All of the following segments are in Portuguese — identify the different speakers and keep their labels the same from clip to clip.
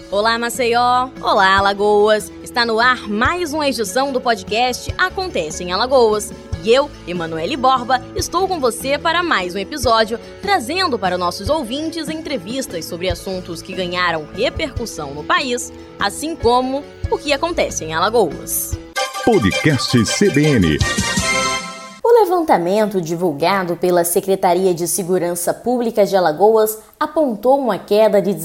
Speaker 1: Olá, Maceió! Olá, Alagoas! Está no ar mais uma edição do podcast Acontece em Alagoas. E eu, Emanuele Borba, estou com você para mais um episódio, trazendo para nossos ouvintes entrevistas sobre assuntos que ganharam repercussão no país, assim como o que acontece em Alagoas.
Speaker 2: Podcast CBN.
Speaker 1: O levantamento divulgado pela Secretaria de Segurança Pública de Alagoas apontou uma queda de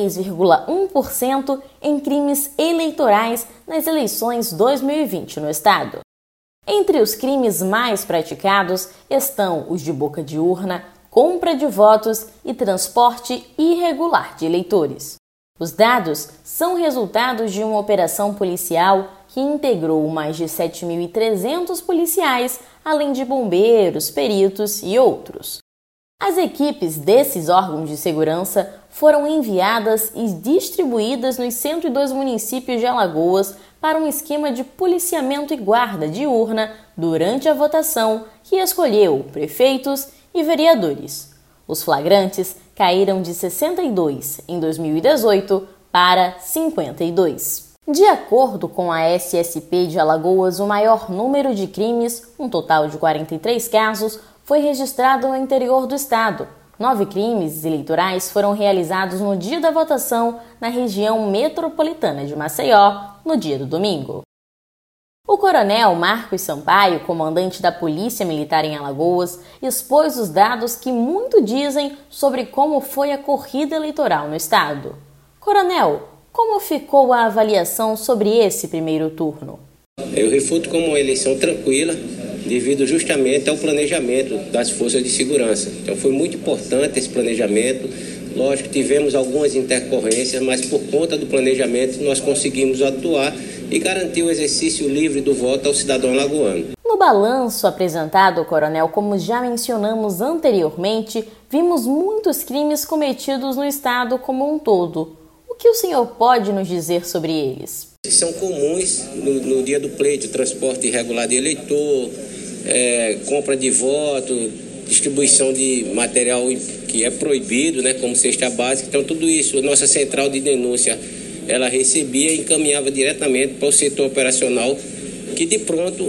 Speaker 1: 16,1% em crimes eleitorais nas eleições 2020 no estado. Entre os crimes mais praticados estão os de boca de urna, compra de votos e transporte irregular de eleitores. Os dados são resultados de uma operação policial que integrou mais de 7.300 policiais, além de bombeiros, peritos e outros. As equipes desses órgãos de segurança foram enviadas e distribuídas nos 102 municípios de Alagoas para um esquema de policiamento e guarda de urna durante a votação que escolheu prefeitos e vereadores. Os flagrantes caíram de 62 em 2018 para 52. De acordo com a SSP de Alagoas, o maior número de crimes, um total de 43 casos, foi registrado no interior do estado. 9 crimes eleitorais foram realizados no dia da votação na região metropolitana de Maceió, no dia do domingo. O coronel Marcos Sampaio, comandante da Polícia Militar em Alagoas, expôs os dados que muito dizem sobre como foi a corrida eleitoral no estado. Coronel, como ficou a avaliação sobre esse primeiro turno?
Speaker 3: Eu refuto como uma eleição tranquila, devido justamente ao planejamento das forças de segurança. Então foi muito importante esse planejamento. Lógico, tivemos algumas intercorrências, mas por conta do planejamento nós conseguimos atuar e garantir o exercício livre do voto ao cidadão alagoano.
Speaker 1: No balanço apresentado, coronel, como já mencionamos anteriormente, vimos muitos crimes cometidos no estado como um todo. O que o senhor pode nos dizer sobre eles?
Speaker 3: São comuns no dia do pleito: transporte irregular de eleitor, compra de voto, distribuição de material que é proibido, como cesta básica. Então tudo isso, a nossa central de denúncia, ela recebia e encaminhava diretamente para o setor operacional, que de pronto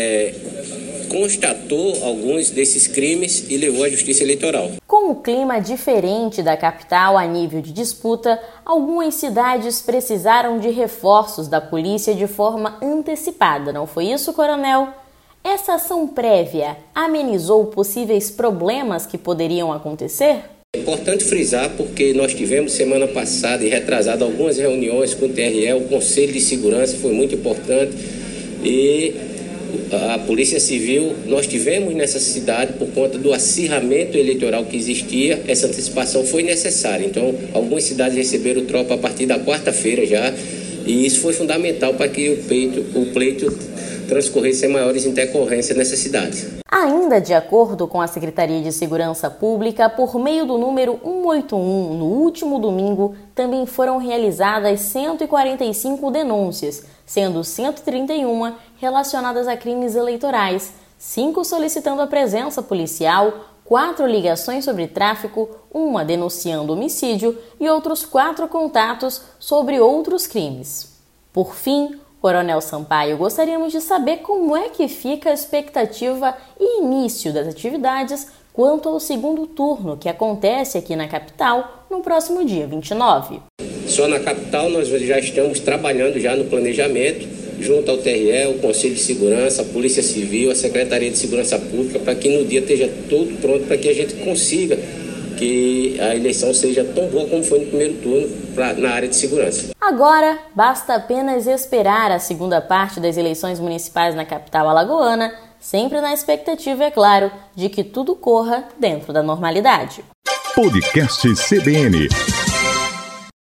Speaker 3: constatou alguns desses crimes e levou à Justiça Eleitoral.
Speaker 1: Com o clima diferente da capital a nível de disputa, algumas cidades precisaram de reforços da polícia de forma antecipada, não foi isso, coronel? Essa ação prévia amenizou possíveis problemas que poderiam acontecer?
Speaker 3: É importante frisar, porque nós tivemos semana passada e retrasada algumas reuniões com o TRE, o Conselho de Segurança foi muito importante, e a Polícia Civil, nós tivemos nessa cidade, por conta do acirramento eleitoral que existia, essa antecipação foi necessária. Então, algumas cidades receberam tropa a partir da quarta-feira já, e isso foi fundamental para que o pleito transcorresse sem maiores intercorrências nessa cidade.
Speaker 1: Ainda de acordo com a Secretaria de Segurança Pública, por meio do número 181, no último domingo, também foram realizadas 145 denúncias, sendo 131 relacionadas a crimes eleitorais, 5 solicitando a presença policial, 4 ligações sobre tráfico, 1 denunciando homicídio e outros 4 contatos sobre outros crimes. Por fim, Coronel Sampaio, gostaríamos de saber como é que fica a expectativa e início das atividades quanto ao segundo turno, que acontece aqui na capital no próximo dia 29.
Speaker 3: Só na capital nós já estamos trabalhando já no planejamento, junto ao TRE, o Conselho de Segurança, a Polícia Civil, a Secretaria de Segurança Pública, para que no dia esteja tudo pronto para que a gente consiga que a eleição seja tão boa como foi no primeiro turno na área de segurança.
Speaker 1: Agora, basta apenas esperar a segunda parte das eleições municipais na capital alagoana, sempre na expectativa, é claro, de que tudo corra dentro da normalidade.
Speaker 2: Podcast CBN.